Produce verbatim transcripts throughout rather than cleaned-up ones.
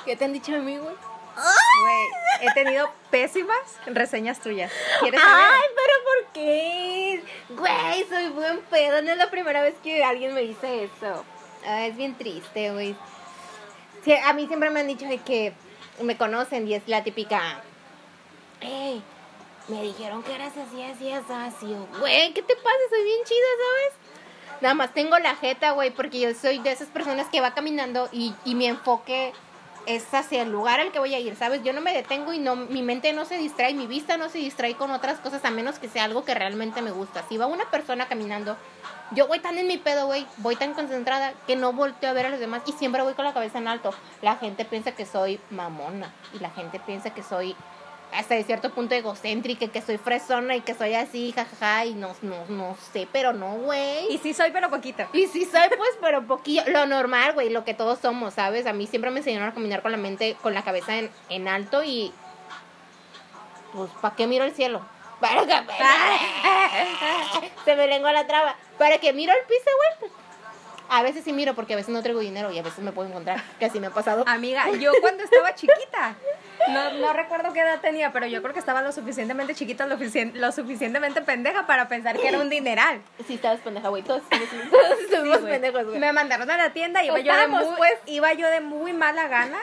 ¿Qué te han dicho de mí, güey? Güey, he tenido pésimas reseñas tuyas. ¿Quieres saber? Ay, pero ¿por qué? Güey, soy buen pedo. No es la primera vez que alguien me dice eso. Ah, es bien triste, güey. Sí, a mí siempre me han dicho de que me conocen y es la típica. Hey, me dijeron que eras así, así, así, así. Güey, ¿qué te pasa? Soy bien chida, ¿sabes? Nada más tengo la jeta, güey, porque yo soy de esas personas que va caminando y, y mi enfoque es hacia el lugar al que voy a ir, ¿sabes? Yo no me detengo y no, mi mente no se distrae, mi vista no se distrae con otras cosas, a menos que sea algo que realmente me gusta. Si va una persona caminando, yo voy tan en mi pedo, güey, voy tan concentrada que no volteo a ver a los demás y siempre voy con la cabeza en alto. La gente piensa que soy mamona y la gente piensa que soy hasta de cierto punto egocéntrica, que soy fresona y que soy así, jajaja, y no, no, no sé, pero no, güey. Y sí soy, pero poquito. Y sí soy, pues, pero poquillo, lo normal, güey, lo que todos somos, ¿sabes? A mí siempre me enseñaron a caminar con la mente, con la cabeza en, en alto y, pues, ¿para qué miro el cielo? Para que me... se me lengua la traba. Para que miro el piso, güey, pues, a veces sí miro porque a veces no traigo dinero y a veces me puedo encontrar, que así me ha pasado. Amiga, yo cuando estaba chiquita, no, no recuerdo qué edad tenía, pero yo creo que estaba lo suficientemente chiquita, lo, suficien- lo suficientemente pendeja para pensar que era un dineral. Sí, estabas pendeja, güey, todos, todos estuvimos Sí, güey. pendejos, güey. Me mandaron a la tienda, iba, Pues yo de, vamos, muy, pues. iba yo de muy mala gana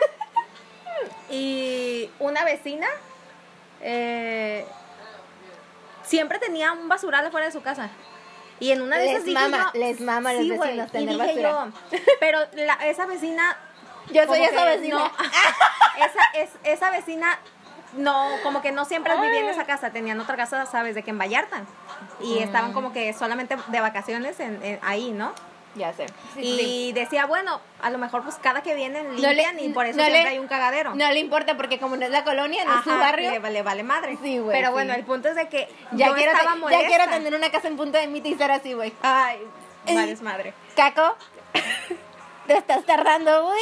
y una vecina eh, siempre tenía un basural afuera de su casa. Y en una de Les esas dije mama, yo, les mama a los sí, güey, vecinos y tener dije basura. yo, pero la, esa vecina Yo soy como esa que vecina. no, esa, es, esa vecina no, como que no siempre vivía en esa casa, tenían otra casa, ¿sabes? De que en Vallarta. Y Mm. estaban como que solamente de vacaciones en, en- ahí, ¿no? Ya sé. Sí, Y sí. decía, bueno, a lo mejor pues cada que vienen No le- limpian y por eso no siempre le- hay un cagadero. No le importa porque como no es la colonia, no es su Ajá, barrio. Le vale, vale madre. Sí, güey, Pero sí. bueno, el punto es de que Ya yo quiero, estaba te- molesta. ya quiero tener una casa en punta de mita y ser así, güey. Ay, vale, madre. Caco, te estás tardando, güey.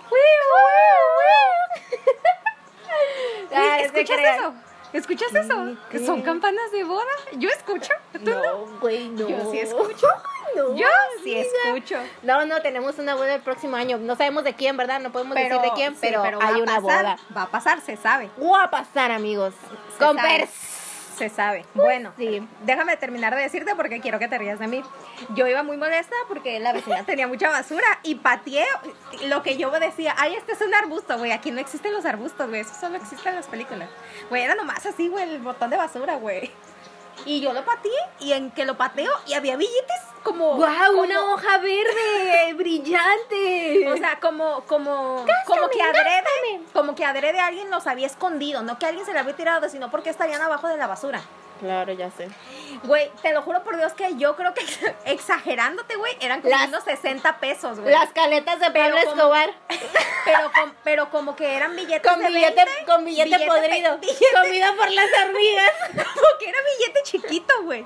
Ah, no te ¿Escuchas creas. eso? ¿Escuchas eso? ¿Qué? ¿Son campanas de boda? Yo escucho. ¿Tú no? No, güey, no. Yo sí escucho. No, Yo sí amiga. escucho. No, no, tenemos una boda el próximo año. No sabemos de quién, ¿verdad? No podemos Pero, decir de quién, sí, pero, va hay a una pasar, boda. Va a pasar, se sabe. Va a pasar, amigos. Se Con sabe. pers- Se sabe. Bueno, sí. déjame terminar de decirte porque quiero que te rías de mí. Yo iba muy molesta porque la vecina tenía mucha basura y pateé lo que yo decía. Ay, este es un arbusto, güey. Aquí no existen los arbustos, güey. Eso solo existe en las películas. Güey, era nomás así, güey, el botón de basura, güey. Y yo lo pateé y en que lo pateo y había billetes como... ¡Guau! como- Una hoja verde brillante. O sea, como, como, como que adrede, como que adrede alguien los había escondido, no que alguien se le había tirado, sino porque estarían abajo de la basura. Claro, ya sé. Güey, te lo juro por Dios que yo creo que exagerándote, güey, eran como Las- unos sesenta pesos, güey. Las caletas de Pero Pablo como- Escobar. Pero, com- pero como que eran billetes Con de billete, veinte, con billete, billete podrido. pe- billete- Comido por las hormigas. como que era billete chiquito, güey.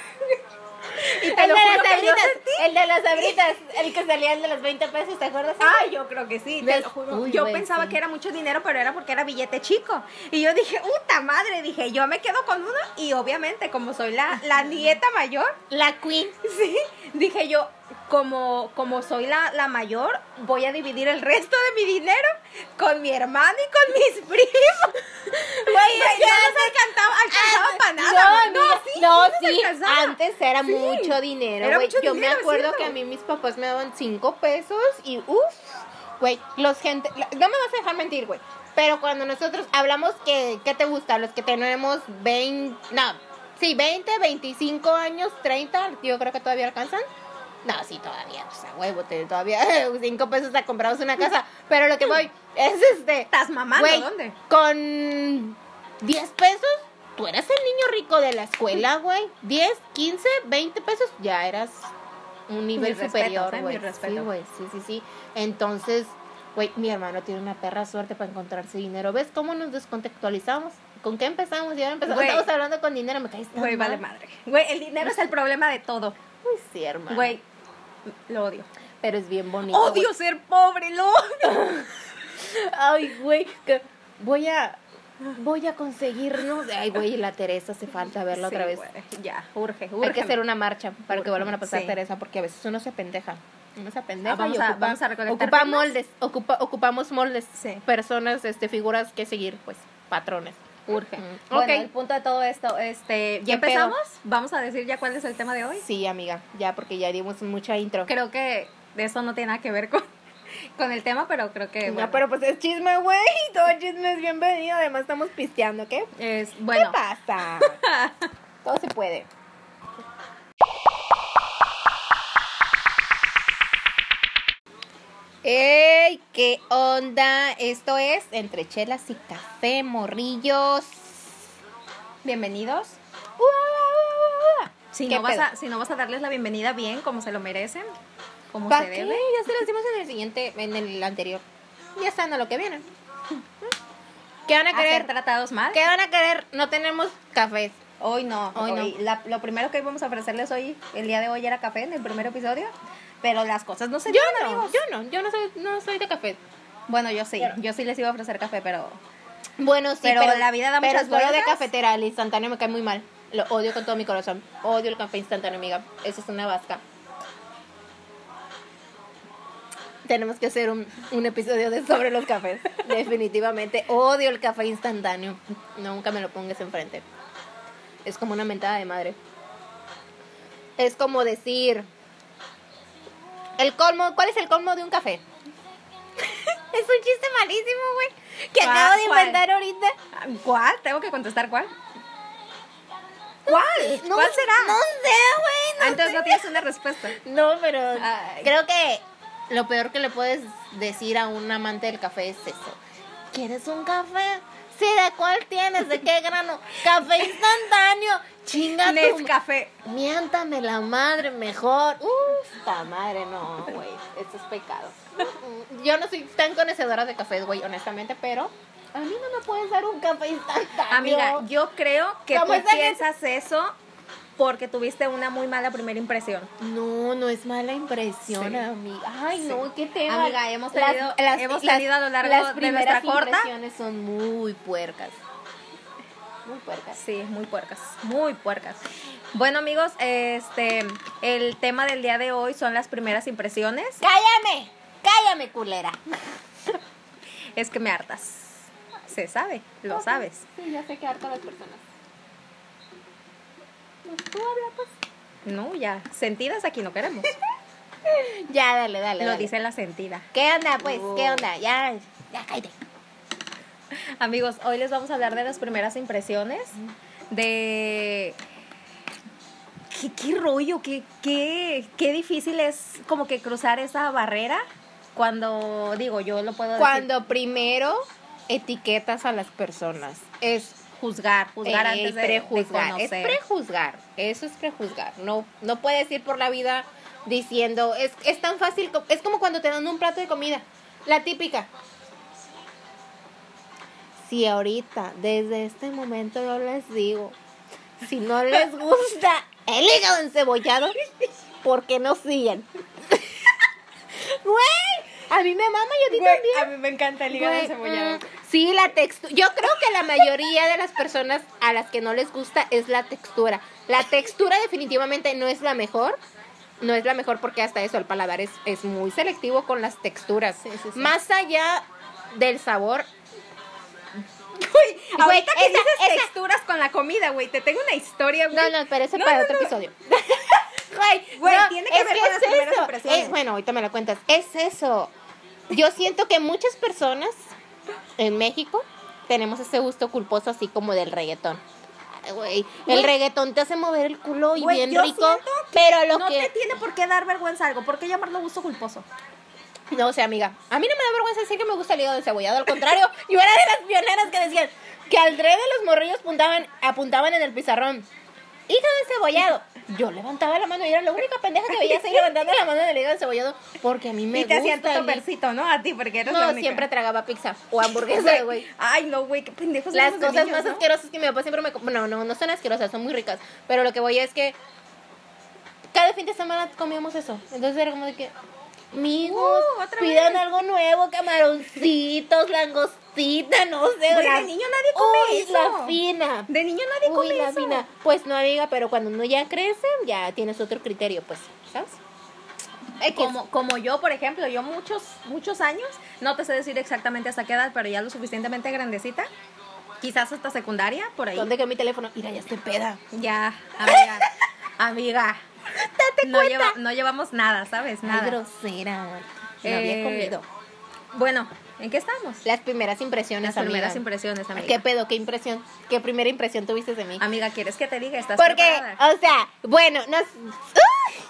Y te El lo de juro las que yo sabritas. sentí. El de las sabritas. El que salía el de los veinte pesos, ¿te acuerdas? Ay, yo creo que sí, te ¿Ves? lo juro. Uy, yo güey, pensaba sí. que era mucho dinero, pero era porque era billete chico. Y yo dije, puta madre, dije, yo me quedo con uno. Y obviamente, como soy la, la nieta mayor, La Queen. sí, dije yo, como, como soy la, la mayor, voy a dividir el resto de mi dinero con mi hermano y con mis primos. Güey, Güey, ya no nos alcanzaba, alcanzaba para nada. No, güey. amiga, sí, no, sí nos sí, alcanzaba. antes era Sí. mucho dinero, Era güey. mucho Yo dinero, me acuerdo ¿cierto? que a mí mis papás me daban cinco pesos y uff, güey, los gente, la- no me vas a dejar mentir, güey, pero cuando nosotros hablamos que, ¿qué te gusta? Los que tenemos veinte, no, sí, veinte, veinticinco años, treinta, yo creo que todavía alcanzan. No, sí, todavía, o sea, huevo, te- todavía cinco pesos te compramos una casa, pero lo que voy es este, ¿Estás mamando? güey, ¿Dónde? con diez pesos, tú eras el niño rico de la escuela, güey. diez, quince, veinte pesos, ya eras un nivel Mis superior, respetos, ¿eh? güey. Mis respetos. Sí, güey, sí, sí, sí. Entonces, güey, mi hermano tiene una perra suerte para encontrarse dinero. ¿Ves cómo nos descontextualizamos? ¿Con qué empezamos? Y ahora empezamos, Güey. estamos hablando con dinero, me caes tan Güey, vale mal. madre. Güey, el dinero es el problema de todo. Uy, sí, hermano. Güey, lo odio. Pero es bien bonito, Odio güey. ser pobre, lo odio. Ay, güey, que voy a... Voy a conseguirnos. Ay, güey, la Teresa hace falta verla Sí, otra vez. güey, ya, urge, urge. Hay que hacer una marcha para que vuelvan a pasar Sí. Teresa, porque a veces uno se pendeja. Vamos a pendeja Ah, vamos y a- ocupa, vamos a recolectar ocupa firmas. moldes, ocupa, ocupamos moldes, Sí. personas, este, figuras que seguir, pues, patrones. Urge. Mm, Bueno, ok. el punto de todo esto, este, ¿Qué ¿ya empezamos? Vamos a decir ya cuál es el tema de hoy. Sí, amiga, ya porque ya dimos mucha intro. Creo que de eso no tiene nada que ver con, con el tema, pero creo que, No, bueno, pero pues es chisme, güey, todo chisme es bienvenido, además estamos pisteando, ¿qué? es, bueno, ¿Qué pasa? Todo se puede. ¡Ey! ¿Qué onda? Esto es Entre Chelas y Café, morrillos. bienvenidos. ¡Ua, ua, ua, ua! Si ¿Qué no, vas pedo? a, si no vas a darles la bienvenida bien, como se lo merecen, como ¿Para se qué? debe. Ya se las dimos en el siguiente, en el anterior. Ya están a lo que viene. ¿Qué van a Hacer querer? tratados mal. ¿Qué van a querer? No tenemos cafés. Hoy no, Hoy hoy no. la- lo primero que íbamos a ofrecerles hoy, el día de hoy era café en el primer episodio, pero las cosas no se Yo dieron, no, amigos. yo no, yo no soy, no soy de café. Bueno, yo sí, Claro. yo sí les iba a ofrecer café, pero Bueno, sí, Pero pero, la vida da pero muchas solo de vueltas. cafetera, el instantáneo me cae muy mal. Lo odio con todo mi corazón. Odio el café instantáneo, amiga. Eso es una vasca. Tenemos que hacer un, un episodio de sobre los cafés. Definitivamente. Odio el café instantáneo. Nunca me lo pongas enfrente. Es como una mentada de madre. Es como decir... El colmo, ¿cuál es el colmo de un café? Es un chiste malísimo, güey. Que ¿Cuál? acabo de ¿Cuál? inventar ahorita. ¿cuál? Tengo que contestar cuál. ¿Cuál? No ¿Cuál sé- será? No sé, güey. No, Antes no tienes una respuesta. no, pero Ay. creo que lo peor que le puedes decir a un amante del café es eso. ¿Quieres un café? Sí, ¿de cuál tienes? ¿De qué grano? Café instantáneo. Chinga tu... Nescafé. Miéntame la madre mejor. Uf, ta madre, no, güey. Esto es pecado. Yo no soy tan conocedora de cafés, güey, honestamente, pero a mí no me puedes dar un café instantáneo. Amiga, yo creo que tú ¿Cómo esa gente? piensas eso porque tuviste una muy mala primera impresión. No, no es mala impresión, Sí. amiga. Ay, Sí. no, qué tema. Amiga, hemos tenido- hemos tenido a lo largo las de primeras nuestra corta. impresiones son muy puercas. Muy puercas. Sí, muy puercas, muy puercas. Bueno, amigos, este, el tema del día de hoy son las primeras impresiones. ¡Cállame! ¡Cállame, culera! Es que me hartas. Se sabe, lo Ok. sabes. Sí, ya sé que harta las personas. Pues tú habla, pues. No, ya, sentidas aquí no queremos. Ya, dale, dale. Lo dale. dice la sentida. ¿Qué onda, pues? Uh. ¿Qué onda? Ya, ya, cállate. Amigos, hoy les vamos a hablar de las primeras impresiones, de... ¿Qué, qué rollo? ¿Qué, qué, qué difícil es como que cruzar esa barrera cuando, digo, yo lo puedo decir, Cuando primero etiquetas a las personas. Es juzgar, juzgar eh, antes de, prejuzgar. de Es conocer. prejuzgar. Eso es prejuzgar. No, no puedes ir por la vida diciendo, es, es tan fácil, co- es como cuando te dan un plato de comida. La típica. Si ahorita, desde este momento yo les digo, si no les gusta el hígado encebollado, ¿por qué no siguen? Güey, a mí me mama y a ti Güey, también. a mí me encanta el hígado Güey, encebollado. mm, sí, la textura. Yo creo que la mayoría de las personas a las que no les gusta es la textura. La textura definitivamente no es la mejor. No es la mejor porque hasta eso, el paladar es, es muy selectivo con las texturas. Sí, sí, sí. Más allá del sabor. Güey, ahorita que esa- dices esa- texturas con la comida, güey, te tengo una historia, güey. No, no, pero eso es No, para no, otro no. episodio. Güey, Güey, no, tiene que es ver con las es primeras eso. impresiones. Es- bueno, ahorita me la cuentas. Es eso. Yo siento que muchas personas en México tenemos ese gusto culposo así como del reggaetón. Ay, güey, el Güey. reggaetón te hace mover el culo y Güey, bien yo rico, siento que pero lo no que te tiene por qué dar vergüenza algo, ¿por qué llamarlo gusto culposo? no sé, amiga, a mí no me da vergüenza decir que me gusta el hígado encebollado, al contrario, yo era de las pioneras que decían que al drede los morrillos apuntaban, apuntaban en el pizarrón. Hígado encebollado. Yo levantaba la mano y era la única pendeja que veía así levantando la mano del hígado encebollado porque a mí me y te gusta. hacían tu el- topercito, ¿no? A ti, porque eres la No, única. siempre tragaba pizza o hamburguesa, güey. Ay, no, güey, qué pendejos Las somos de cosas niños, más ¿no? asquerosas que mi papá siempre me... com- No, no, no son asquerosas, son muy ricas. Pero lo que voy es que cada fin de semana comíamos eso. Entonces era como de que... Amigos, Uh, otra pidan vez. algo nuevo, camaroncitos, langostita, no sé. Güey, la- de niño nadie come Uy, eso. la fina. De niño nadie Uy, come la eso. fina. Pues no, amiga, pero cuando uno ya crece, ya tienes otro criterio, pues, ¿sabes? X. como, como yo, por ejemplo, yo muchos, muchos años, no te sé decir exactamente hasta qué edad, pero ya lo suficientemente grandecita, quizás hasta secundaria, por ahí. ¿Dónde quedó mi teléfono? Mira, ya estoy peda. Ya, amiga, amiga, Date no, cuenta. lleva, no llevamos nada, ¿sabes? Nada. Ay, grosera. No Eh, había comido. Bueno, ¿en qué estamos? Las primeras impresiones, Las primeras amiga. impresiones, amiga. ¿Qué pedo? ¿Qué impresión? ¿Qué primera impresión tuviste de mí? Amiga, ¿quieres que te diga? ¿Estás Porque, preparada? o sea, bueno, nos... ¡Uy!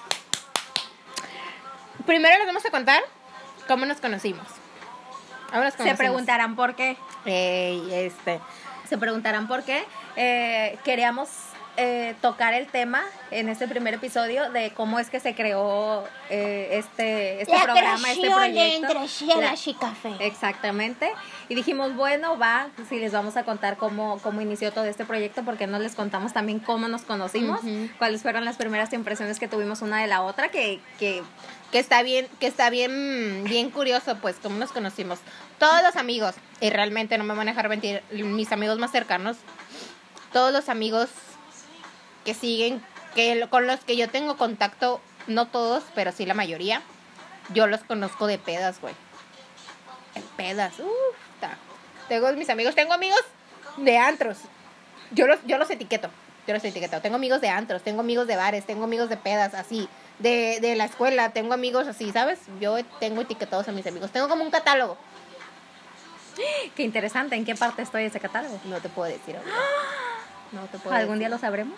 Primero les vamos a contar cómo nos conocimos. ¿Cómo nos Se conocimos? preguntarán por qué. Ey, este... Se preguntarán por qué. Eh, queríamos eh, tocar el tema en este primer episodio de cómo es que se creó eh, este, este programa, este proyecto. La- y Café. Exactamente. Y dijimos, bueno, va, si les vamos a contar cómo, cómo inició todo este proyecto, porque no les contamos también cómo nos conocimos, Ujú. cuáles fueron las primeras impresiones que tuvimos una de la otra, que, que Que está bien, que está bien, bien curioso, pues, cómo nos conocimos. Todos los amigos, y realmente no me van a dejar mentir, mis amigos más cercanos, todos los amigos que siguen, que lo- con los que yo tengo contacto, no todos, pero sí la mayoría, yo los conozco de pedas, güey. De pedas, uff, tengo mis amigos, tengo amigos de antros. Yo los, yo los etiqueto, yo los etiqueto. Tengo amigos de antros, tengo amigos de bares, tengo amigos de pedas, así. De, de la escuela, tengo amigos así, ¿sabes? Yo tengo etiquetados a mis amigos. Tengo como un catálogo. qué interesante, ¿en qué parte estoy de ese catálogo? No te puedo decir ahorita. No te puedo ¿Algún día decir. lo sabremos?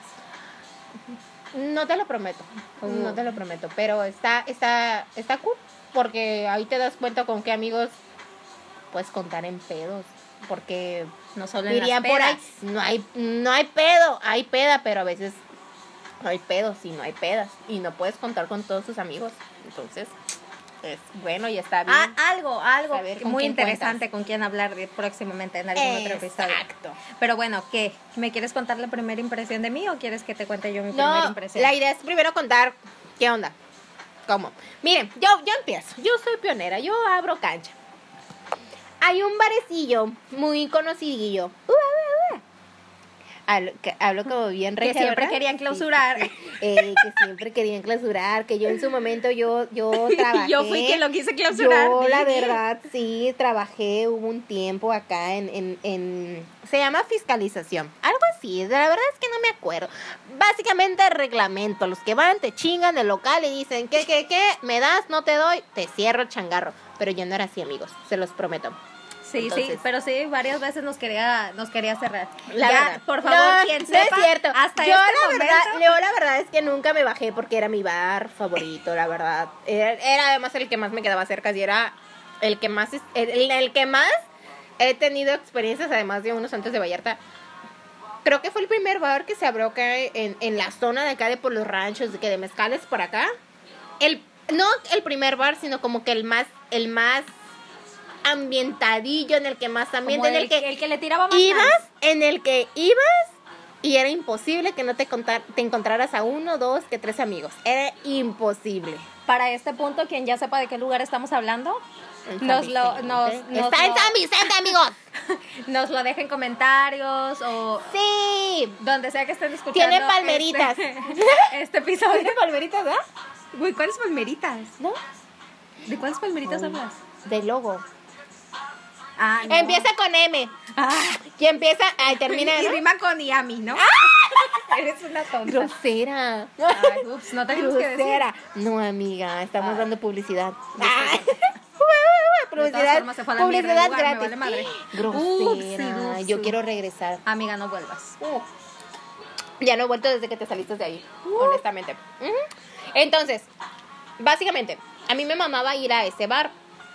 No te lo prometo. Oh. No te lo prometo. Pero está, está, está cool. Porque ahí te das cuenta con qué amigos puedes contar en pedos. Porque No solo en dirían las por ahí, pedas. no hay, no hay pedo, hay peda, pero a veces no hay pedos y no hay pedas. Y no puedes contar con todos tus amigos. Entonces, es bueno y está bien. Ah, algo, algo Saber con muy quién interesante con quien hablar de- próximamente en algún otro episodio. Exacto. Pero bueno, ¿qué? ¿Me quieres contar la primera impresión de mí o quieres que te cuente yo mi primera No, impresión? la idea es primero contar qué onda. ¿Cómo? Miren, yo, yo empiezo. Yo soy pionera, yo abro cancha. Hay un barecillo muy conocidillo. Uh, uh, uh. Hablo, que- hablo como bien Que regia, siempre ¿verdad? querían clausurar. Sí, sí, sí. Eh, que siempre querían clausurar, que yo en su momento yo, yo trabajé. Yo fui quien lo quise clausurar. Yo, la Didi. verdad, sí, trabajé, hubo un tiempo acá en, en, en... Se llama fiscalización, algo así, la verdad es que no me acuerdo. Básicamente reglamento, los que van te chingan del local y dicen, ¿qué, qué, qué? ¿Me das? ¿No te doy? Te cierro el changarro. Pero yo no era así, amigos, se los prometo. Sí, Entonces- sí, pero sí, varias veces nos quería, nos quería cerrar. La Ya, verdad. por favor, No, quien no sepa, es cierto. hasta yo este la momento, verdad, yo la verdad es que nunca me bajé porque era mi bar favorito, la verdad. Era, era además el que más me quedaba cerca y era el que más es- el, el que más he tenido experiencias, además de unos antes de Vallarta. Creo que fue el primer bar que se abrió acá en, en la zona de acá de por los ranchos, de que de mezcales por acá. El no el primer bar, sino como que el más el más ambientadillo, en el que más ambiente, como en el, que el que le tiraba más ibas, ganas. en el que ibas y era imposible que no te, contar, te encontraras a uno, dos, que tres amigos. Era imposible. Para este punto, quien ya sepa de qué lugar estamos hablando, En San nos lo, Vicente. nos, nos Está en lo- San Vicente, amigos. nos lo dejen en comentarios o Sí. donde sea que estén escuchando. Tiene palmeritas. Este, este episodio. ¿Tiene palmeritas, verdad? Güey, ¿cuáles palmeritas? ¿No? ¿De cuáles palmeritas hablas? De logo. Ah, no. Empieza con M. Ah, Y empieza, ay, termina y ¿no? rima con Iami, ¿no? Eres una tonta. Grosera. Ay, ups, no tenemos que decir. Grosera. No, amiga, estamos Ay. dando publicidad. Ay. Ay. De todas publicidad, formas, se fue a la mierda el publicidad lugar, me gratis. vale madre. Grosera. Upsi, Yo dupsi. quiero regresar. Amiga, no vuelvas. Uh, Ya no he vuelto desde que te saliste de ahí, honestamente. Ujú. Entonces, básicamente, a mí me mamaba ir a ese bar.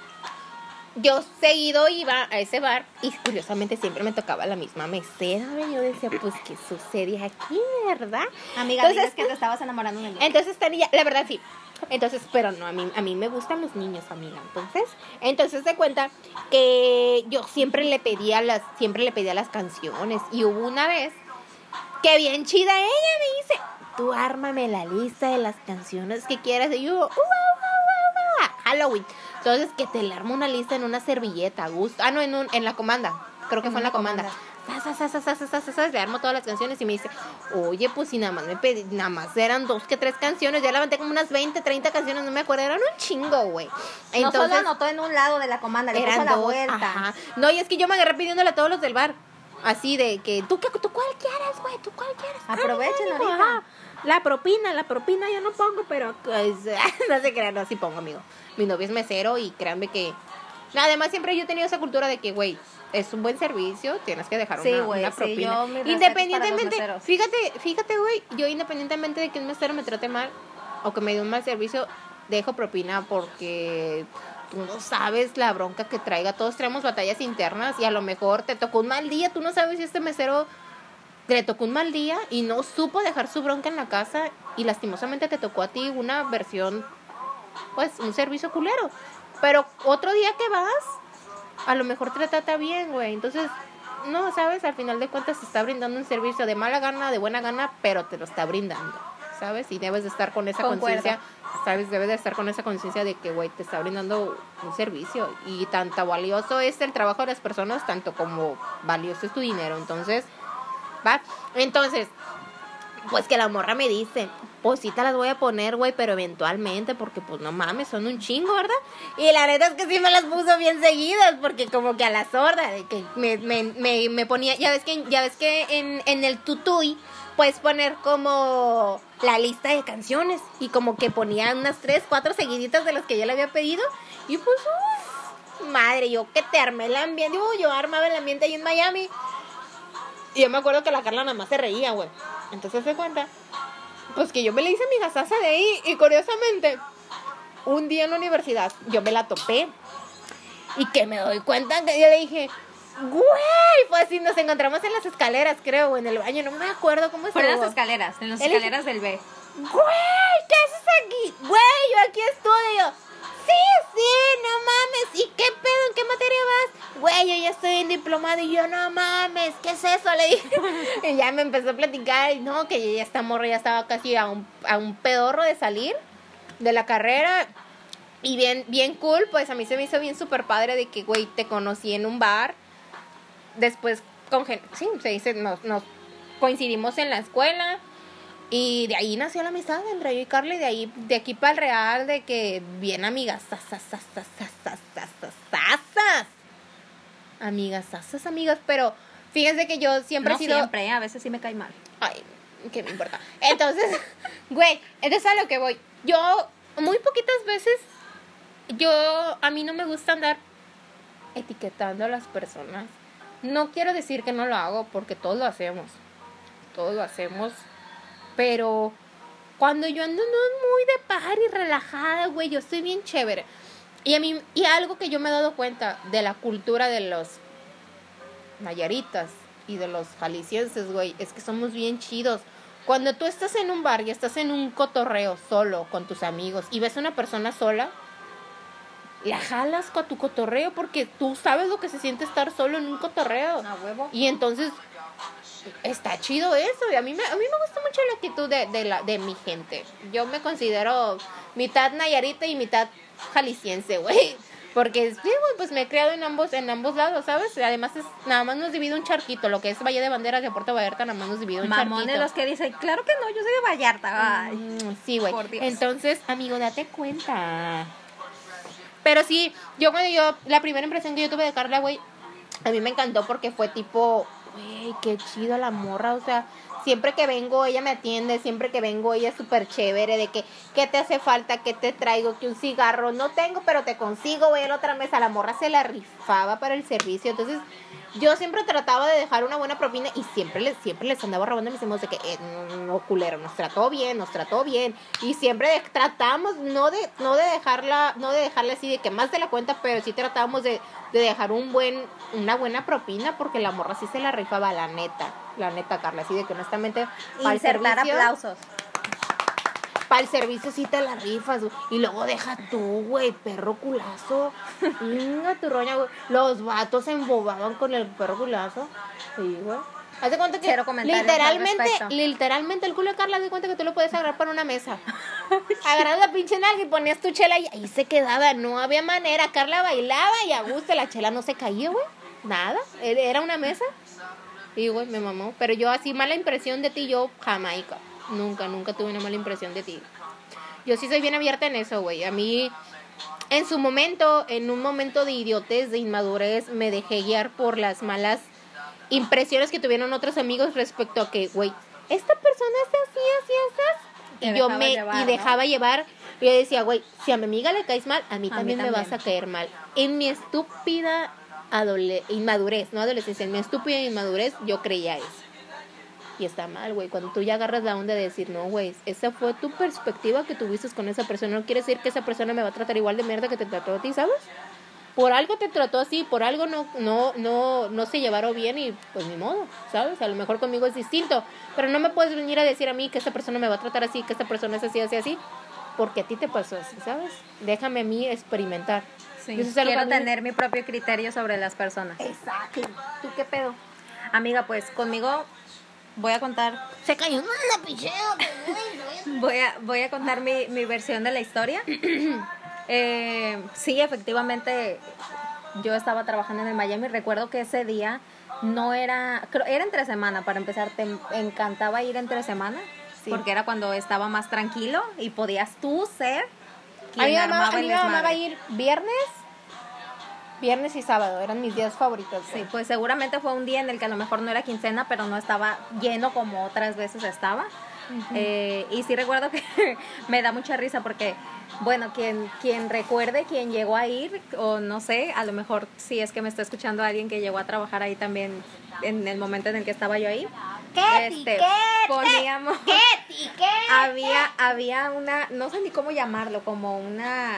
Yo seguido iba a ese bar y curiosamente siempre me tocaba la misma mesera. ¿ve? Yo decía, pues, ¿qué sucede aquí, verdad? Amiga, Entonces, dices que te estabas enamorando de mí. Entonces, Tania, la verdad sí. Entonces, pero no, a mí, a mí me gustan los niños, amiga. Entonces, entonces se cuenta que yo siempre le pedía las, siempre le pedía las canciones. Y hubo una vez que bien chida ella me dice, tú ármame la lista de las canciones que quieras. Y yo, "Ua, ua, ua, ua". Halloween. Entonces, que te le armo una lista en una servilleta, a gusto. Ah, no, en, un, en la comanda. Creo que fue en la comanda. Sas, sas, sas, sas, sas, sas, sas, le armo todas las canciones y me dice, oye, pues si nada más me pedí, nada más eran dos que tres canciones, ya levanté como unas veinte, treinta canciones, no me acuerdo, eran un chingo, güey. No solo anotó en un lado de la comanda, le puso la dos, vuelta. Ajá. No, y es que yo me agarré pidiéndole a todos los del bar, así de que, ¿tú, qué, tú cuál quieres, güey? ¿Tú cuál quieres? Aprovechen ah, ahorita. Ajá. La propina, la propina yo no pongo, pero pues, no se crean, no, sí pongo, amigo. Mi novio es mesero y créanme que... Además, siempre yo he tenido esa cultura de que, güey, es un buen servicio, tienes que dejar sí, una, wey, una sí, propina. yo, mis independientemente, fíjate, fíjate, güey, yo independientemente de que un mesero me trate mal o que me dé un mal servicio, dejo propina porque tú no sabes la bronca que traiga. Todos traemos batallas internas y a lo mejor te tocó un mal día, tú no sabes si este mesero le tocó un mal día y no supo dejar su bronca en la casa y lastimosamente te tocó a ti una versión, pues, un servicio culero. Pero otro día que vas, a lo mejor te trata bien, güey. Entonces, no, ¿sabes? Al final de cuentas te está brindando un servicio de mala gana, de buena gana, pero te lo está brindando, ¿sabes? Y debes de estar con esa conciencia, ¿sabes? Debes de estar con esa conciencia de que, güey, te está brindando un servicio. Y tanto valioso es el trabajo de las personas, tanto como valioso es tu dinero. Entonces, va. Entonces, pues que la morra me dice, pues sí te las voy a poner, güey, pero eventualmente, porque pues no mames, son un chingo, ¿verdad? Y la neta es que sí me las puso bien seguidas, porque como que a la sorda, de que me, me, me, me ponía, ya ves que, ya ves que en, en el tutuy puedes poner como la lista de canciones, y como que ponía unas tres, cuatro seguiditas de las que yo le había pedido, y pues, uff, madre, yo que te armé el ambiente, uh, yo armaba el ambiente ahí en Miami. Y yo me acuerdo que la Carla nada más se reía, güey. Entonces se cuenta, pues que yo me le hice mi gasaza de ahí. Y curiosamente, un día en la universidad, yo me la topé. Y que me doy cuenta que yo le dije, güey, pues si nos encontramos en las escaleras, creo, o en el baño, no me acuerdo cómo estuvo. Fue en las escaleras, en las Él escaleras dije, del B. güey, ¿qué haces aquí? Güey, yo aquí estudio. Sí, sí, no mames. ¿Y qué pedo? ¿En qué materia vas? Güey, yo ya estoy en diplomado. Y yo, no mames, ¿qué es eso? Le dije. Y ya me empezó a platicar. Y no, que ya esta morra ya estaba casi a un, a un pedorro de salir de la carrera. Y bien, bien cool, pues a mí se me hizo bien súper padre de que, güey, te conocí en un bar. Después, con, sí, se dice, nos, nos coincidimos en la escuela. Y de ahí nació la amistad entre yo y Carla. Y de ahí, de aquí para el real, de que bien amigas, sasas, sasas, sasas, sasas, sasas. Amigas, sasas, amigas. Pero fíjense que yo siempre no he sido... siempre, a veces sí me cae mal. Ay, ¿qué me importa? Entonces, güey, entonces a lo que voy. Yo, muy poquitas veces, yo, a mí no me gusta andar etiquetando a las personas. No quiero decir que no lo hago, porque todos lo hacemos. Todos lo hacemos. Pero cuando yo ando no muy de party, relajada, güey, yo estoy bien chévere. Y a mí, y algo que yo me he dado cuenta de la cultura de los nayaritas y de los jaliscienses, güey, es que somos bien chidos. Cuando tú estás en un bar y estás en un cotorreo solo con tus amigos y ves a una persona sola, la jalas con tu cotorreo porque tú sabes lo que se siente estar solo en un cotorreo. A huevo. Y entonces está chido eso. Y a mí me, a mí me gusta mucho la actitud de, de, la, de mi gente. Yo me considero mitad nayarita y mitad jalisciense, güey. Porque, sí, güey, pues me he criado en ambos, en ambos lados, ¿sabes? Además, es, nada más nos divide un charquito. Lo que es Valle de Banderas de Puerto Vallarta, nada más nos divide un Mamón charquito. de los que dicen, claro que no, yo soy de Vallarta. Ay, mm, sí, güey. Por Dios. Entonces, amigo, date cuenta. Pero sí, yo cuando yo, la primera impresión que yo tuve de Carla, güey, a mí me encantó porque fue tipo, güey, qué chido la morra, o sea, siempre que vengo ella me atiende, siempre que vengo ella es súper chévere, de que, ¿qué te hace falta? ¿Qué te traigo? Que un cigarro no tengo, pero te consigo, voy a la otra mesa, la morra se la rifaba para el servicio, entonces yo siempre trataba de dejar una buena propina y siempre les, siempre les andaba robando a mis amigos de que, eh, no, culero, nos trató bien, nos trató bien, y siempre de, tratamos no de, no de dejarla, no de dejarle así de que más de la cuenta, pero sí tratábamos de, de dejar un buen, una buena propina, porque la morra sí se la rifaba, la neta, la neta, Carla, así de que honestamente, insertar aplausos. Para el servicio sí te la rifas, güey. Y luego deja tú, güey, perro culazo. Venga, tu roña, güey. Los vatos se embobaban con el perro culazo. Sí, güey. Haz de cuenta que Cero comentarios literalmente, al respecto. literalmente el culo de Carla, haz de cuenta que tú lo puedes agarrar para una mesa. Agarras la pinche nalga y ponías tu chela y ahí se quedaba. No había manera. Carla bailaba y a gusto la chela no se caía, güey. Nada. Era una mesa. Y, güey, me mamó. Pero yo así, mala impresión de ti, yo Jamaica. Nunca, nunca tuve una mala impresión de ti. Yo sí soy bien abierta en eso, güey. A mí, en su momento, en un momento de idiotez, de inmadurez, me dejé guiar por las malas impresiones que tuvieron otros amigos respecto a que, güey, esta persona es así, así, así. Y yo me llevar, y dejaba ¿no? llevar. Y yo decía, güey, si a mi amiga le caes mal, a mí, a también, mí también me vas a caer mal. En mi estúpida adole- inmadurez, no adolescencia, en mi estúpida inmadurez, yo creía eso. Y está mal, güey. Cuando tú ya agarras la onda de decir, no, güey, esa fue tu perspectiva que tuviste con esa persona. No quiere decir que esa persona me va a tratar igual de mierda que te trató a ti, ¿sabes? Por algo te trató así, por algo no, no, no, no se llevaron bien y pues ni modo, ¿sabes? A lo mejor conmigo es distinto. Pero no me puedes venir a decir a mí que esta persona me va a tratar así, que esta persona es así, así, así. Porque a ti te pasó así, ¿sabes? Déjame a mí experimentar. Sí, quiero tener mi propio criterio sobre las personas. Exacto. ¿Tú qué pedo? Amiga, pues conmigo voy a contar... Se cayó una picheo. voy, a, voy a contar mi, mi versión de la historia. eh, sí, efectivamente, yo estaba trabajando en el Miami. Recuerdo que ese día no era... Era entre semana, para empezar. Te encantaba ir entre semana. Sí. Porque era cuando estaba más tranquilo y podías tú ser quien a mí armaba mamá, el a mí mamá va a ir viernes, viernes y sábado, eran mis días favoritos. Sí, ¿no? Pues seguramente fue un día en el que a lo mejor no era quincena, pero no estaba lleno como otras veces estaba. Uh-huh. eh, y sí recuerdo que me da mucha risa porque, bueno, quien, quien recuerde, quien llegó a ir, o no sé, a lo mejor si es que me está escuchando alguien que llegó a trabajar ahí también en el momento en el que estaba yo ahí. ¿Qué este, poníamos ¿Qué ¿Qué había había una, no sé ni cómo llamarlo, como una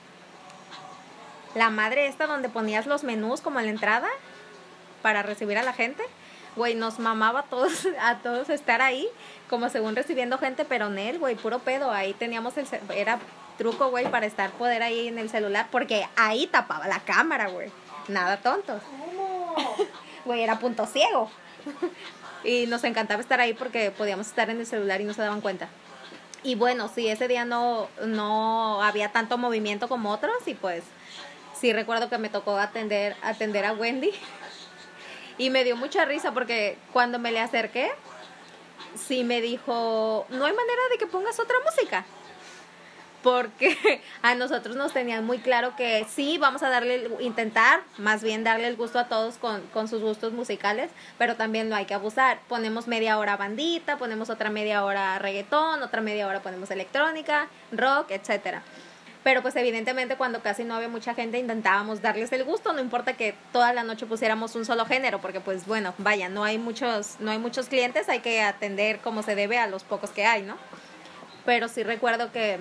la madre esta donde ponías los menús como en la entrada para recibir a la gente. Güey, nos mamaba a todos, a todos estar ahí, como según recibiendo gente, pero en él, güey, puro pedo. Ahí teníamos el, era truco, güey, para estar poder ahí en el celular, porque ahí tapaba la cámara, güey. Nada tontos. Güey, era punto ciego. Y nos encantaba estar ahí porque podíamos estar en el celular y no se daban cuenta. Y bueno, sí, ese día no, no había tanto movimiento como otros y pues sí recuerdo que me tocó atender, atender a Wendy. Y me dio mucha risa porque cuando me le acerqué, sí me dijo, no hay manera de que pongas otra música. Porque a nosotros nos tenían muy claro que sí, vamos a darle, intentar, más bien darle el gusto a todos con, con sus gustos musicales, pero también no hay que abusar. Ponemos media hora bandita, ponemos otra media hora reggaetón, otra media hora ponemos electrónica, rock, etcétera. Pero pues evidentemente cuando casi no había mucha gente intentábamos darles el gusto, no importa que toda la noche pusiéramos un solo género, porque pues bueno, vaya, no hay muchos, no hay muchos clientes, hay que atender como se debe a los pocos que hay, ¿no? Pero sí recuerdo que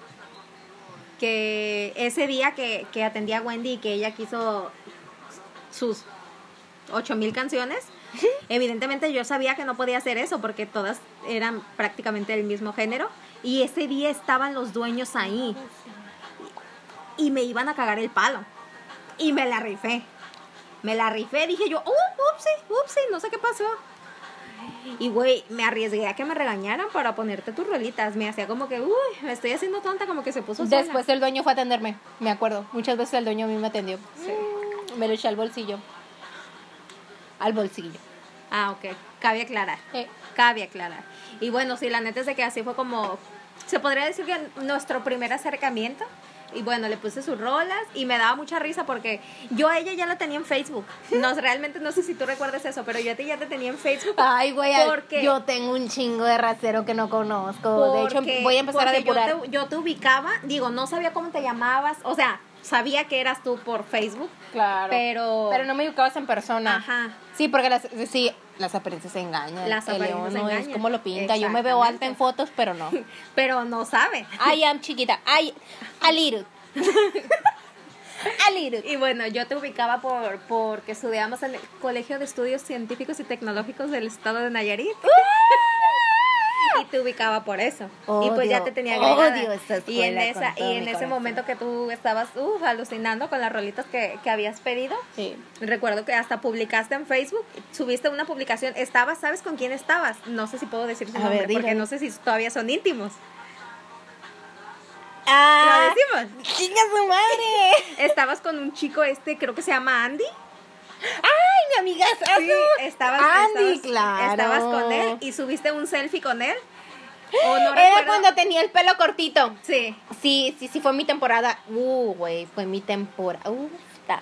que ese día que, que atendí a Wendy y que ella quiso sus ocho mil canciones, evidentemente yo sabía que no podía hacer eso porque todas eran prácticamente del mismo género y ese día estaban los dueños ahí y me iban a cagar el palo y me la rifé, me la rifé, dije yo, uh, upsi, upsi, no sé qué pasó. Y güey, me arriesgué a que me regañaran para ponerte tus rolitas. Me hacía como que, uy, me estoy haciendo tonta, como que se puso sola. Después el dueño fue a atenderme, me acuerdo. Muchas veces el dueño a mí me atendió. Sí. Me lo eché al bolsillo. Al bolsillo. Ah, ok. Cabe aclarar. Eh. Cabe aclarar. Y bueno, sí, la neta es de que así fue como, se podría decir que nuestro primer acercamiento. Y bueno, le puse sus rolas y me daba mucha risa porque yo a ella ya la tenía en Facebook. No, realmente no sé si tú recuerdas eso, pero yo a ti ya te tenía en Facebook. Ay, güey, porque yo tengo un chingo de rasero que no conozco. Porque, de hecho, voy a empezar a depurar. Yo te, yo te ubicaba, digo, no sabía cómo te llamabas, o sea, sabía que eras tú por Facebook. Claro. Pero pero no me ubicabas en persona. Ajá. Sí, porque las sí, las apariencias se engañan. Las apariencias no engañan. Es como lo pinta. Yo me veo alta en fotos, pero no. Pero no sabe. I am chiquita. I a little. A little. Y bueno, yo te ubicaba por porque estudiamos en el Colegio de Estudios Científicos y Tecnológicos del Estado de Nayarit. Y te ubicaba por eso. Odio, y pues ya te tenía agregada. Odio esta escuela y en esa con y en ese corazón. momento que tú estabas uf, alucinando con las rolitas que, que habías pedido. Sí. Recuerdo que hasta publicaste en Facebook, subiste una publicación, estabas, ¿sabes con quién estabas? No sé si puedo decir su A nombre ver, dile. porque no sé si todavía son íntimos. Ah, ¿Lo decimos? ¡Chinga su madre! Estabas con un chico este, creo que se llama Andy. ¡Ay, me amigas. Sí, estabas, Andy, estabas, claro. estabas con él y subiste un selfie con él. O no Era recuerdo. cuando tenía el pelo cortito. Sí. Sí, sí, sí, fue mi temporada. Uh, güey, fue mi temporada. Uh, está.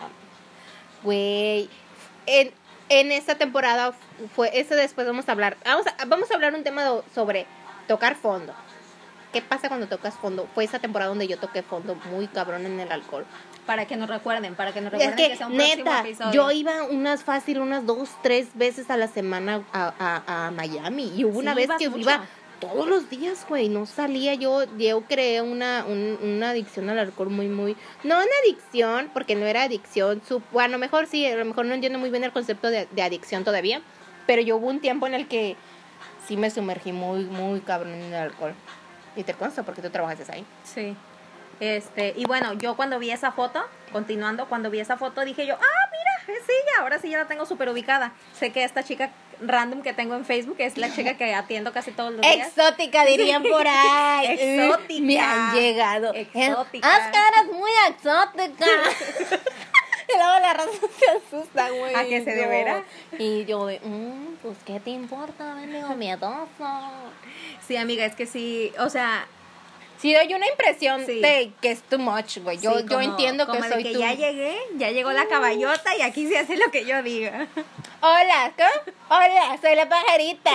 Güey. En, en esta temporada fue. Eso después vamos a hablar. Vamos a, vamos a hablar un tema do- sobre tocar fondo. ¿Qué pasa cuando tocas fondo? Fue esa temporada donde yo toqué fondo muy cabrón en el alcohol. Para que nos recuerden, para que nos Es recuerden que, que, sea un próximo neta, episodio. yo iba unas fácil, unas dos, tres veces a la semana a, a, a Miami. Y hubo una Sí, vez ibas que mucho. iba todos los días, güey. No salía yo. Yo creé una, un- una adicción al alcohol muy, muy. No una adicción, porque no era adicción. Su, bueno, a lo mejor sí, a lo mejor no entiendo muy bien el concepto de, de adicción todavía. Pero yo hubo un tiempo en el que sí me sumergí muy, muy cabrón en el alcohol. Y te consta porque tú trabajas ahí. Sí. Este, y bueno, yo cuando vi esa foto, continuando, cuando vi esa foto dije yo, ah, mira, es ella, ahora sí ya la tengo súper ubicada. Sé que esta chica random que tengo en Facebook es la chica que atiendo casi todos los días. Exótica, dirían por ahí. Exótica. Me han llegado. Exótica. Haz caras muy exóticas. Y luego la raza se asusta, güey. ¿A que se de Yo- veras? Y yo de, mm, pues, ¿qué te importa? Mendigo miedoso. Sí, amiga, es que sí, o sea, Sí, doy una impresión Sí. de que es too much, güey. Yo, sí, yo como- entiendo que como de soy que tú. ya llegué, ya llegó la caballota y aquí se hace lo que yo diga. Hola, ¿qué? Hola, soy la pajarita.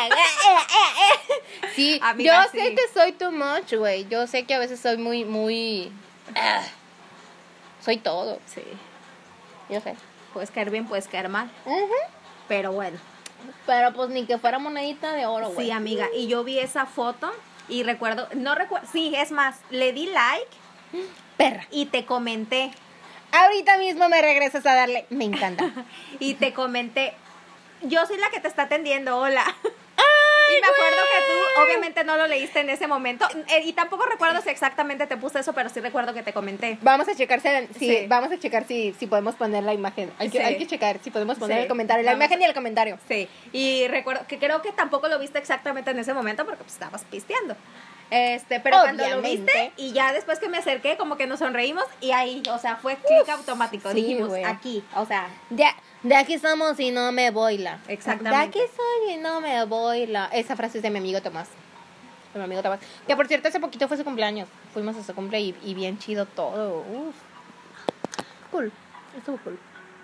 Sí, Amiga, yo sí. sé que soy too much, güey. Yo sé que a veces soy muy, muy... ah, soy todo. Sí, Yo sé. puedes caer bien, puedes caer mal, Ujú. pero bueno. Pero pues ni que fuera monedita de oro, güey. Sí, amiga, y yo vi esa foto y recuerdo, no recuerdo, sí, es más, le di like Perra. y te comenté, Ahorita mismo me regresas a darle. Me encanta. y te comenté, yo soy la que te está atendiendo, hola. ¡Ay, Y me acuerdo güey! que tú obviamente no lo leíste en ese momento, eh, y tampoco recuerdo si exactamente te puse eso, pero sí recuerdo que te comenté. Vamos a checar si, si- Sí. vamos a checar si, si podemos poner la imagen. Hay que, Sí. hay que checar si podemos poner Sí. el comentario, la Vamos imagen a- y el comentario. Sí, y recuerdo que creo que tampoco lo viste exactamente en ese momento porque pues, estabas pisteando. Este, pero cuando lo Obviamente. viste y ya después que me acerqué como que nos sonreímos y ahí, o sea, fue clic automático, sí, dijimos güey. aquí, o sea, De, de aquí somos y no me voy la. Exactamente. De aquí soy y no me voy la. Esa frase es de mi amigo Tomás. De mi amigo Tomás. Que por cierto, hace poquito fue su cumpleaños. Fuimos a su cumple y, y bien chido todo. Uf. Cool. Estuvo cool.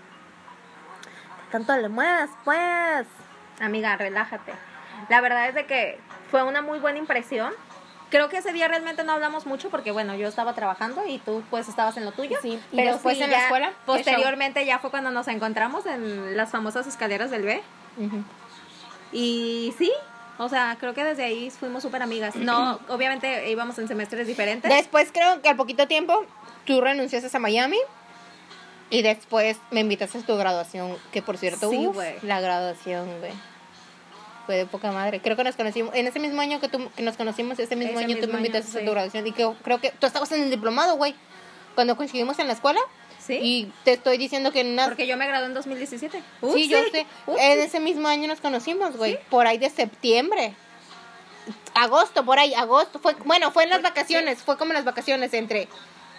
Tanto le muevas, pues. amiga, relájate. La verdad es de que fue una muy buena impresión. Creo que ese día realmente no hablamos mucho porque, bueno, yo estaba trabajando y tú, pues, estabas en lo tuyo. Sí, y pero después sí, en la ya escuela, ¿qué posteriormente ya fue cuando nos encontramos en las famosas escaleras del B. Ujú. Y sí, o sea, creo que desde ahí fuimos súper amigas. No, obviamente íbamos en semestres diferentes. Después creo que al poquito tiempo tú renunciaste a Miami. Y después me invitaste a tu graduación. Que por cierto, Sí, uf, güey. la graduación, güey. Fue de poca madre. Creo que nos conocimos, en ese mismo año que, tú, que nos conocimos, ese mismo Ese año tú mismo me año, invitaste a sí. tu graduación. Y que creo que tú estabas en el diplomado, güey. Cuando coincidimos en la escuela. Sí, Y te estoy diciendo que en una... porque yo me gradué en dos mil diecisiete. sí, yo sé. En ese mismo año nos conocimos, güey. Por ahí de septiembre. Agosto, por ahí, agosto. Fue, bueno, fue en las Fue- vacaciones. Fue como en las vacaciones entre...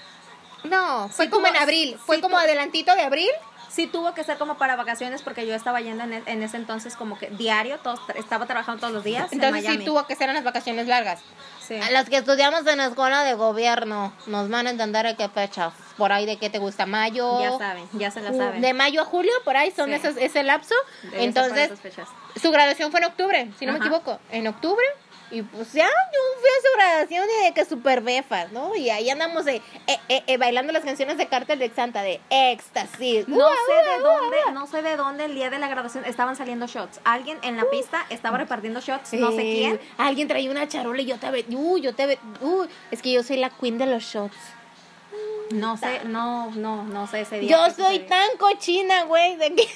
No, fue Sí como tuvo- en abril. sí Fue como tuvo- adelantito de abril. Sí tuvo que ser como para vacaciones porque yo estaba yendo en, e- en ese entonces como que diario, todos, estaba trabajando todos los días en Entonces sí Miami. tuvo que ser en las vacaciones largas. Sí. A los que estudiamos en la escuela de gobierno nos van a entender a qué fecha. Por ahí de qué te gusta, mayo. Ya saben, ya se la ju- saben. De mayo a julio, por ahí son Sí. esos, ese lapso. Debe ser para Entonces, esas fechas. su graduación fue en octubre, si no me Ajá. equivoco. En octubre. Y pues ya, yo fui a su graduación y de que super befas, ¿no? Y ahí andamos eh, eh, eh, eh, bailando las canciones de Cártel de Santa, de éxtasis. No sé de dónde, no sé de dónde el día de la graduación estaban saliendo shots. Alguien en la pista estaba repartiendo shots, no sé Eh, quién. Alguien traía una charola y yo te ve, uy, yo te ve, uy, es que yo soy la queen de los shots. No sé, no, no, no sé ese día. Yo qué soy sucedió. tan cochina, güey, de que...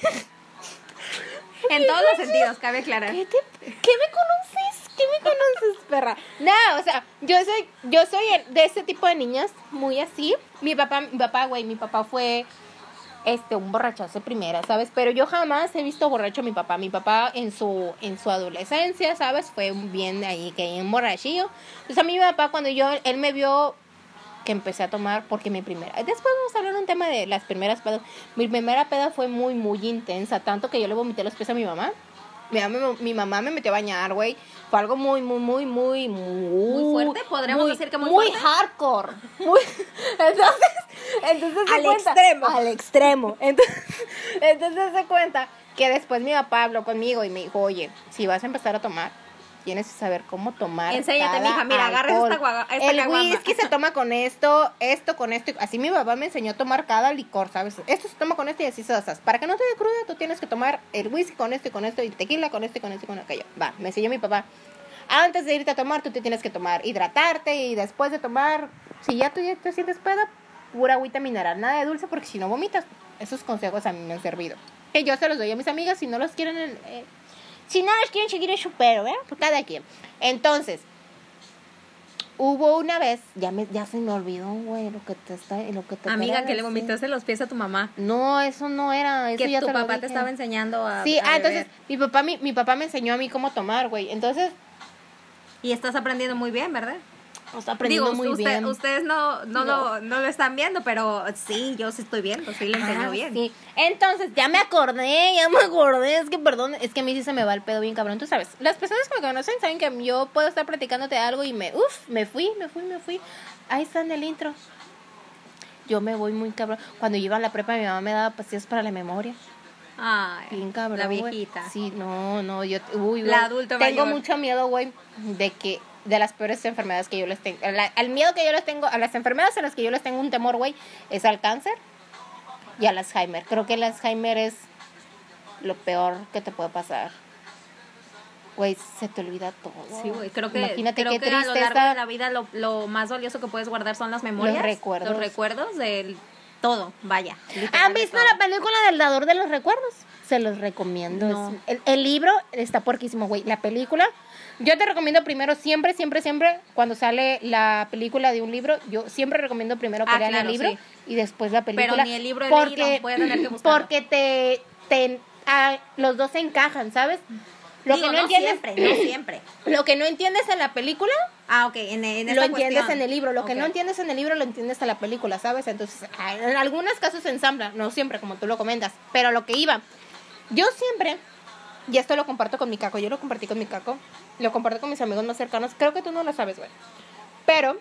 En todos los sentidos, cabe aclarar. ¿Qué, te, ¿Qué me conoces? ¿Qué me conoces, perra? No, o sea, yo soy, yo soy el- de ese tipo de niñas, muy así. Mi papá, mi papá, güey, mi papá fue este un borrachazo de primera, ¿sabes? Pero yo jamás he visto borracho a mi papá. Mi papá en su, en su adolescencia, ¿sabes? Fue un bien ahí, que un borrachillo. Entonces a mí mi papá, cuando yo, él me vio que empecé a tomar porque mi primera... Después vamos a hablar de un tema de las primeras pedas. Mi primera peda fue muy, muy intensa, tanto que yo le vomité los pies a mi mamá. Mi mamá, mi mamá me metió a bañar, güey. Fue algo muy, muy, muy, muy, muy... Muy fuerte, podríamos muy, decir que muy, muy fuerte. hardcore. Muy, entonces, entonces se Al cuenta, extremo. Al extremo. Entonces, entonces se cuenta que después mi papá habló conmigo y me dijo, oye, si vas a empezar a tomar, tienes que saber cómo tomar. Enséñate, cada mija, mira, agarra alcohol. esta, guaga- esta El caguama. whisky se toma con esto, esto con esto. Así mi papá me enseñó a tomar cada licor, ¿sabes? Esto se toma con esto y así se hace. Para que no te dé cruda, tú tienes que tomar el whisky con esto y con esto, y tequila con esto y con esto y con aquello. Va, me enseñó mi papá. Antes de irte a tomar, tú te tienes que tomar, hidratarte, y después de tomar, si ya tú ya te sientes peda, pura agüita mineral, nada de dulce, porque si no vomitas. Esos consejos a mí me han servido. Que yo se los doy a mis amigas si no los quieren... Eh, si no los quieren seguir, es su pero, ¿eh? Por cada quien. Entonces, hubo una vez, ya me ya se me olvidó, güey, lo que te está, lo que te Amiga, acabo que de le decir. vomitaste los pies a tu mamá. No, eso no era, eso Que ya tu te lo papá te dije. estaba enseñando a Sí, a ah, beber. entonces mi papá mi, mi papá me enseñó a mí cómo tomar, güey. Entonces, Y estás aprendiendo muy bien, ¿verdad? está aprendiendo Digo, muy usted- bien. ustedes no, no, No. Lo, no lo están viendo, pero sí, yo sí estoy viendo, sí le enseño Ah, bien. sí. Entonces, ya me acordé, ya me acordé. Es que, perdón, es que a mí sí se me va el pedo bien cabrón. Tú sabes, las personas que me conocen saben que yo puedo estar platicándote algo y me, uff, me fui, me fui, me fui. Ahí está en el intro. Yo me voy muy cabrón. Cuando yo iba a la prepa, mi mamá me daba pastillas para la memoria. Ay, Bien cabrón, la güey. viejita. Sí, no, no, yo, uy, La güey, adulta tengo mayor. mucho miedo, güey, de que, de las peores enfermedades que yo les tengo, la- al miedo que yo les tengo, a las enfermedades a las que yo les tengo un temor, güey, es al cáncer y al Alzheimer. Creo que el Alzheimer es lo peor que te puede pasar. Güey, se te olvida todo. Sí, güey, creo que, Imagínate creo qué que a lo largo tristeza. de la vida lo, lo más valioso que puedes guardar son las memorias. Los recuerdos. Los recuerdos del todo, vaya. ¿Han literal de visto todo. la película del dador de los recuerdos? Se los recomiendo. No. Es- El, el libro está puerquísimo, güey. La película, yo te recomiendo primero, siempre, siempre, siempre, cuando sale la película de un libro, yo siempre recomiendo primero que Ah, lean claro, el libro sí. y después la película. Pero ni el libro he porque, leído, voy a tener que buscarlo. Porque te, te ah, los dos se encajan, ¿sabes? Lo Digo, que no, no entiendes, siempre, no siempre. lo que no entiendes en la película, Ah, ok, en, en esta lo entiendes cuestión. en el libro. Lo que Ok. no entiendes en el libro lo entiendes en la película, ¿sabes? Entonces, a- en algunos casos se ensambla, no siempre, como tú lo comentas. Pero lo que iba, yo siempre, y esto lo comparto con mi caco, yo lo compartí con mi caco, lo comparto con mis amigos más cercanos. Creo que tú no lo sabes, güey. Pero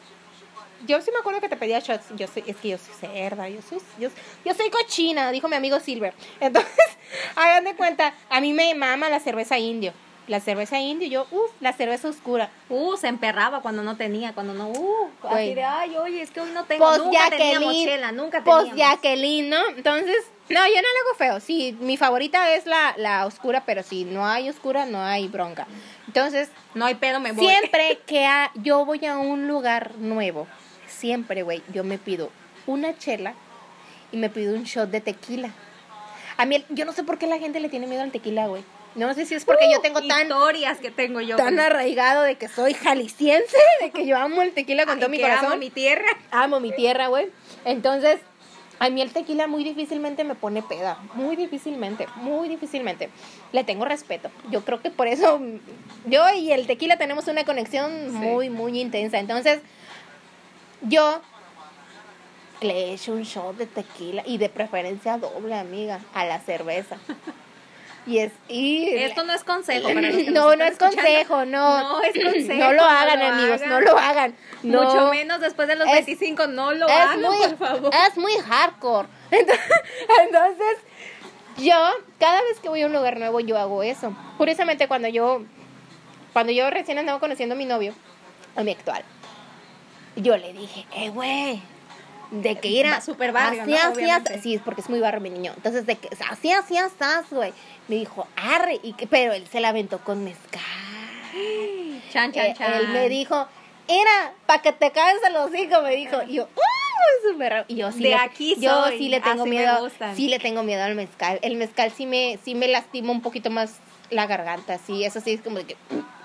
yo sí me acuerdo que te pedía shots. Yo soy, es que yo soy cerda, yo soy, yo, yo soy cochina, dijo mi amigo Silver. Entonces, hagan de cuenta, a mí me mama la cerveza indio. La cerveza indio, yo, uff, la cerveza oscura. Uh, se emperraba cuando no tenía, cuando no, uh, Güey. así de, ay, oye, es que hoy no tengo, Post nunca teníamos Jacqueline, chela, nunca Post teníamos. Jacqueline, ¿no? Entonces, no, yo no le hago feo. Sí, mi favorita es la, la oscura, pero si no hay oscura, no hay bronca. Entonces, No hay pedo, me voy. siempre que a- yo voy a un lugar nuevo, siempre, güey, yo me pido una chela y me pido un shot de tequila. A mí, el- yo no sé por qué la gente le tiene miedo al tequila, güey. No sé si es porque yo tengo tan, historias que tengo yo. tan con- arraigado de que soy jalisciense, de que yo amo el tequila con Ay, todo mi que corazón. amo mi tierra. Amo mi tierra, güey. Entonces, a mí el tequila muy difícilmente me pone peda. Muy difícilmente, muy difícilmente. Le tengo respeto. Yo creo que por eso mm, yo y el tequila tenemos una conexión Sí. muy, muy intensa. Entonces, yo le echo un shot de tequila y de preferencia doble, amiga, a la cerveza. Y es... Y Esto no es consejo para los que nos no, están no es escuchando. consejo, no. No es consejo. No lo hagan, no lo amigos, hagan. no lo hagan. No. Mucho menos después de los Es- veinticinco, no lo es hagan, muy, por favor. es muy hardcore. Entonces, entonces, yo, cada vez que voy a un lugar nuevo, yo hago eso. Curiosamente, cuando yo, cuando yo recién andaba conociendo a mi novio, a mi actual, yo le dije, eh, güey, de que ir a... Va, super barrio, así, ¿no? así, Obviamente. así, sí, porque es muy barrio mi niño. Entonces, de que así, así, así, güey. Me dijo, arre, y que, pero él se la aventó con mezcal. Chan, chan, Eh, chan. él me dijo, era, pa' que te caes el hocico, me dijo. Y yo, ¡uh! Súper raro. Y yo sí, De le, aquí yo soy, sí le tengo así me miedo, gustan. sí le tengo miedo al mezcal. El mezcal sí me, sí me lastima un poquito más la garganta, sí, eso sí es como de que,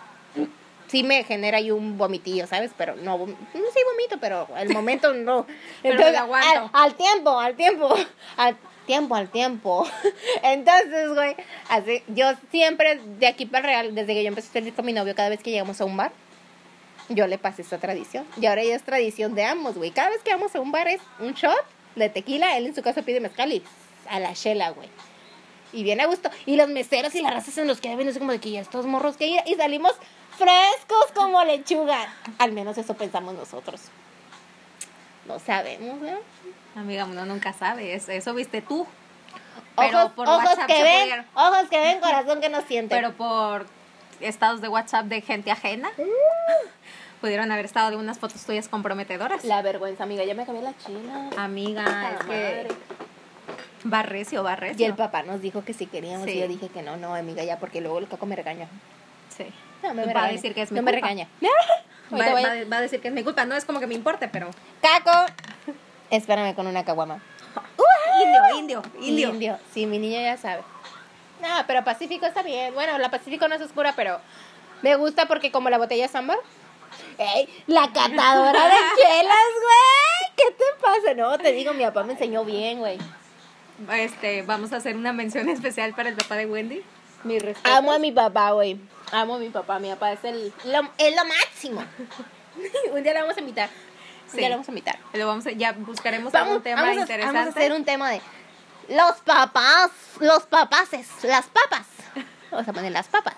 sí me genera ahí un vomitillo, ¿sabes? Pero no, vom- no sí vomito, pero al momento no. Pero me lo aguanto. Al, al tiempo, al tiempo, al tiempo, al tiempo. Entonces, güey, así, yo siempre, de aquí para el real, desde que yo empecé a salir con mi novio, cada vez que llegamos a un bar, yo le pasé esa tradición. Y ahora ya es tradición de ambos, güey. Cada vez que vamos a un bar es un shot de tequila, él en su casa pide mezcal y a la chela, güey. Y viene a gusto. Y los meseros y la raza se nos queda viendo así como de que ya estos morros que ir. Y salimos frescos como lechuga. Al menos eso pensamos nosotros. No sabemos, ¿no? Amiga, uno nunca sabe. Eso, eso viste tú. Pero Ojos, por ojos WhatsApp que se ven, pudieron- ojos que ven, corazón que no siente. Pero por estados de WhatsApp de gente ajena. Pudieron haber estado de unas fotos tuyas comprometedoras. La vergüenza, amiga, ya me cambié la china. Amiga, es Puta que... madre. Va recio, va recio. Y el papá nos dijo que si queríamos, Sí. y yo dije que no, no, amiga, ya, porque luego el caco me regaña. Sí. No, me Va a regaña. decir que es mi No me culpa. regaña. Va, Ahorita voy a- va- va a decir que es mi culpa. No es como que me importe, pero... Caco, espérame con una caguama. Indio, indio, indio. Indio. Sí, mi niño ya sabe. No, pero Pacífico está bien. Bueno, la Pacífico no es oscura, pero me gusta porque como la botella es ámbar. ¡Ey! La catadora de chelas, güey. ¿Qué te pasa? No, te digo, mi papá me enseñó bien, güey. Este, vamos a hacer una mención especial para el papá de Wendy. Mi respeto. Amo a mi papá, güey. Amo a mi papá. Mi papá es el lo, es lo máximo. Un día le vamos a invitar. Un Sí. día le vamos a invitar. Lo vamos a, ya buscaremos Vamos, algún tema vamos a, interesante. vamos a hacer un tema de los papás, los papaces, las papas. Vamos a poner las papas.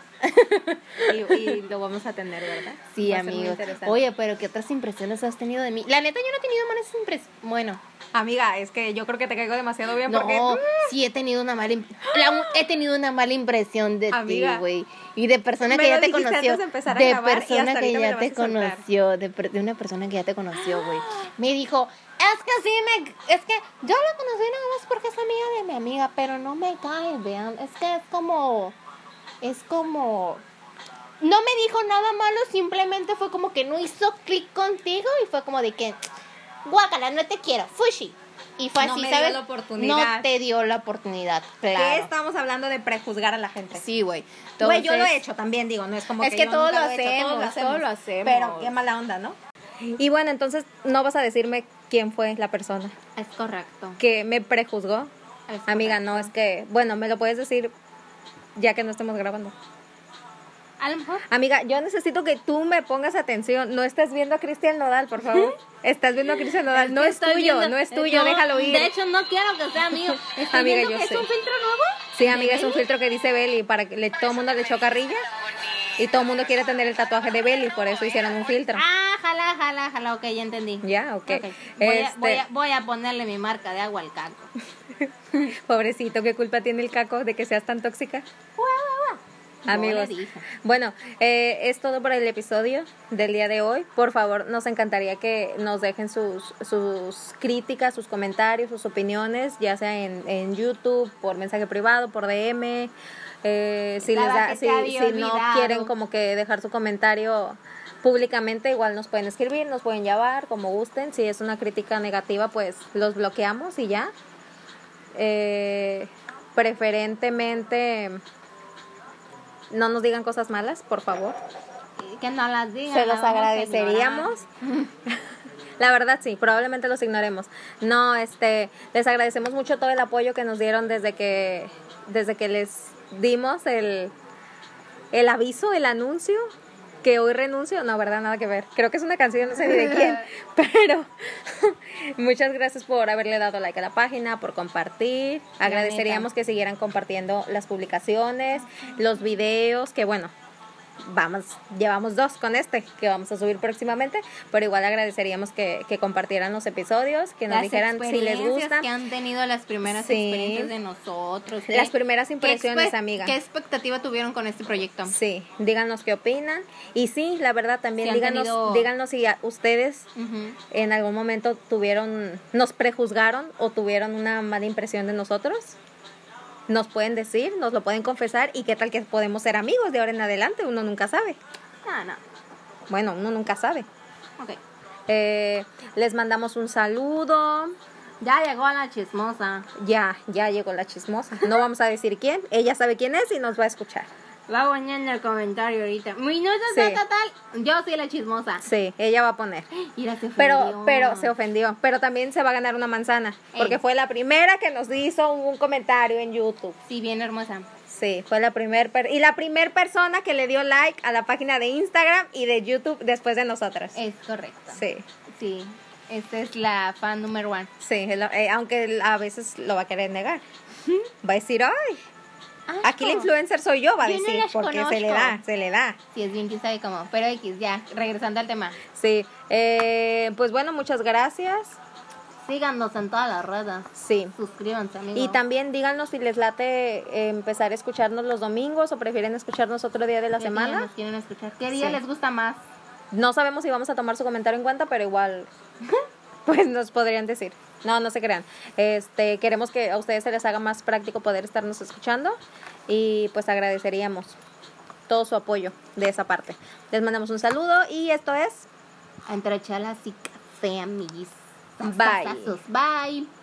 y, y lo vamos a tener, ¿verdad? Sí, Va a ser muy amigos. interesante. Oye, pero ¿qué otras impresiones has tenido de mí? La neta, yo no he tenido malas impresiones. Bueno, Amiga, es que yo creo que te caigo demasiado bien no, porque... sí he tenido una mala imp- la- he tenido una mala impresión de Amiga, ti, güey. Y de persona me que ya lo te dijiste conoció. antes de empezar a De grabar y persona hasta que ahorita me ya lo te vas a soltar. conoció. De, per- de una persona que ya te conoció, güey. Me dijo, es que sí me. Es que yo la conocí nada más porque es amiga de mi amiga, pero no me cae, vean. Es que es como. Es como. No me dijo nada malo, simplemente fue como que no hizo clic contigo y fue como de que. Guácala, no te quiero, fushi. Y fue No así, me dio ¿sabes? la oportunidad. No te dio la oportunidad, ¿Qué claro. estamos hablando de prejuzgar a la gente? Sí, güey. Güey, yo lo he Entonces, hecho también, digo, no es como Es que, que yo todos nunca lo he hecho, hacemos, todos lo hacemos. Pero qué mala onda, ¿no? Y bueno, entonces no vas a decirme quién fue la persona Es correcto. que me prejuzgó. Es Amiga, no, es que, bueno, me lo puedes decir ya que no estemos grabando. A lo mejor. Amiga, yo necesito que tú me pongas atención. No estás viendo a Cristian Nodal, por favor. Estás viendo a Cristian Nodal. No es tuyo, no es tuyo, déjalo ir. De hecho, no quiero que sea mío. Estoy Amiga, viendo yo que sé. es un filtro nuevo. Sí, amiga, es un filtro que dice Belly para que le, todo el mundo le echó carrilla y todo el mundo quiere tener el tatuaje de Belly, por eso hicieron un filtro. Ah, jala, jala, jala. Ok, ya entendí. Ya, ok. Ok. Voy, a, Este, voy, a, voy a ponerle mi marca de agua al caco. Pobrecito, ¿qué culpa tiene el caco de que seas tan tóxica? Guau, guau, guau. Amigos, Yo le dije. bueno, eh, es todo por el episodio del día de hoy. Por favor, nos encantaría que nos dejen sus, sus críticas, sus comentarios, sus opiniones, ya sea en, en YouTube, por mensaje privado, por D M. Eh, si les Estaba da, que si, te había si no olvidado. quieren como que dejar su comentario públicamente, igual nos pueden escribir, nos pueden llamar, como gusten. Si es una crítica negativa, pues los bloqueamos y ya. Eh, preferentemente no nos digan cosas malas, por favor. Que no las digan. Se las los vamos a agradeceríamos. ignorar. La verdad sí, probablemente los ignoremos. No, este, les agradecemos mucho todo el apoyo que nos dieron desde que desde que les dimos el el aviso, el anuncio que hoy renuncio. No, verdad, nada que ver. Creo que es una canción, no sé ni de quién, pero muchas gracias por haberle dado like a la página, por compartir. Agradeceríamos que siguieran compartiendo las publicaciones, los videos, que bueno, vamos, llevamos dos con este que vamos a subir próximamente, pero igual agradeceríamos que, que compartieran los episodios, que nos Las dijeran si les experiencias gusta. que han tenido las primeras Sí. experiencias de nosotros. ¿eh? Las primeras ¿Qué impresiones, expe- amiga. ¿Qué expectativa tuvieron con este proyecto? Sí, díganos qué opinan. Y sí, la verdad también Si han díganos, tenido- díganos si a ustedes Ujú. en algún momento tuvieron, nos prejuzgaron o tuvieron una mala impresión de nosotros. Nos pueden decir, nos lo pueden confesar y qué tal que podemos ser amigos de ahora en adelante, uno nunca sabe. Ah, no. Bueno, uno nunca sabe. Ok. Eh, les mandamos un saludo. Ya llegó la chismosa. Ya, ya llegó la chismosa. No vamos a decir quién. Ella sabe quién es y nos va a escuchar. Va a poner en el comentario ahorita. Minutos Sí. tal, tal, tal. Yo soy la chismosa. Sí, ella va a poner. Mira, se Pero, ofendió. pero se ofendió. Pero también se va a ganar una manzana. Porque Ey. fue la primera que nos hizo un comentario en YouTube. Sí, bien hermosa. Sí, fue la primer per y la primer persona que le dio like a la página de Instagram y de YouTube después de nosotras. Es correcto. Sí. Sí, esta es la fan número uno. Sí, lo- eh, aunque a veces lo va a querer negar. Va a decir, ay, aquí la influencer soy yo, va a Yo no decir, las porque se conozco. le da, se le da. Sí, es bien, quién sabe cómo. Pero X, ya, regresando al tema. Sí, eh, pues bueno, muchas gracias. Síganos en todas las redes. Sí. Suscríbanse, amigos. Y también díganos si les late eh, empezar a escucharnos los domingos o prefieren escucharnos otro día de la ¿Qué día semana. nos quieren escuchar? ¿Qué día Sí. les gusta más? No sabemos si vamos a tomar su comentario en cuenta, pero igual, pues nos podrían decir. No, no se crean. Este, queremos que a ustedes se les haga más práctico poder estarnos escuchando y pues agradeceríamos todo su apoyo de esa parte. Les mandamos un saludo y esto es Entre chalas y café, amiguis. Bye. Bye.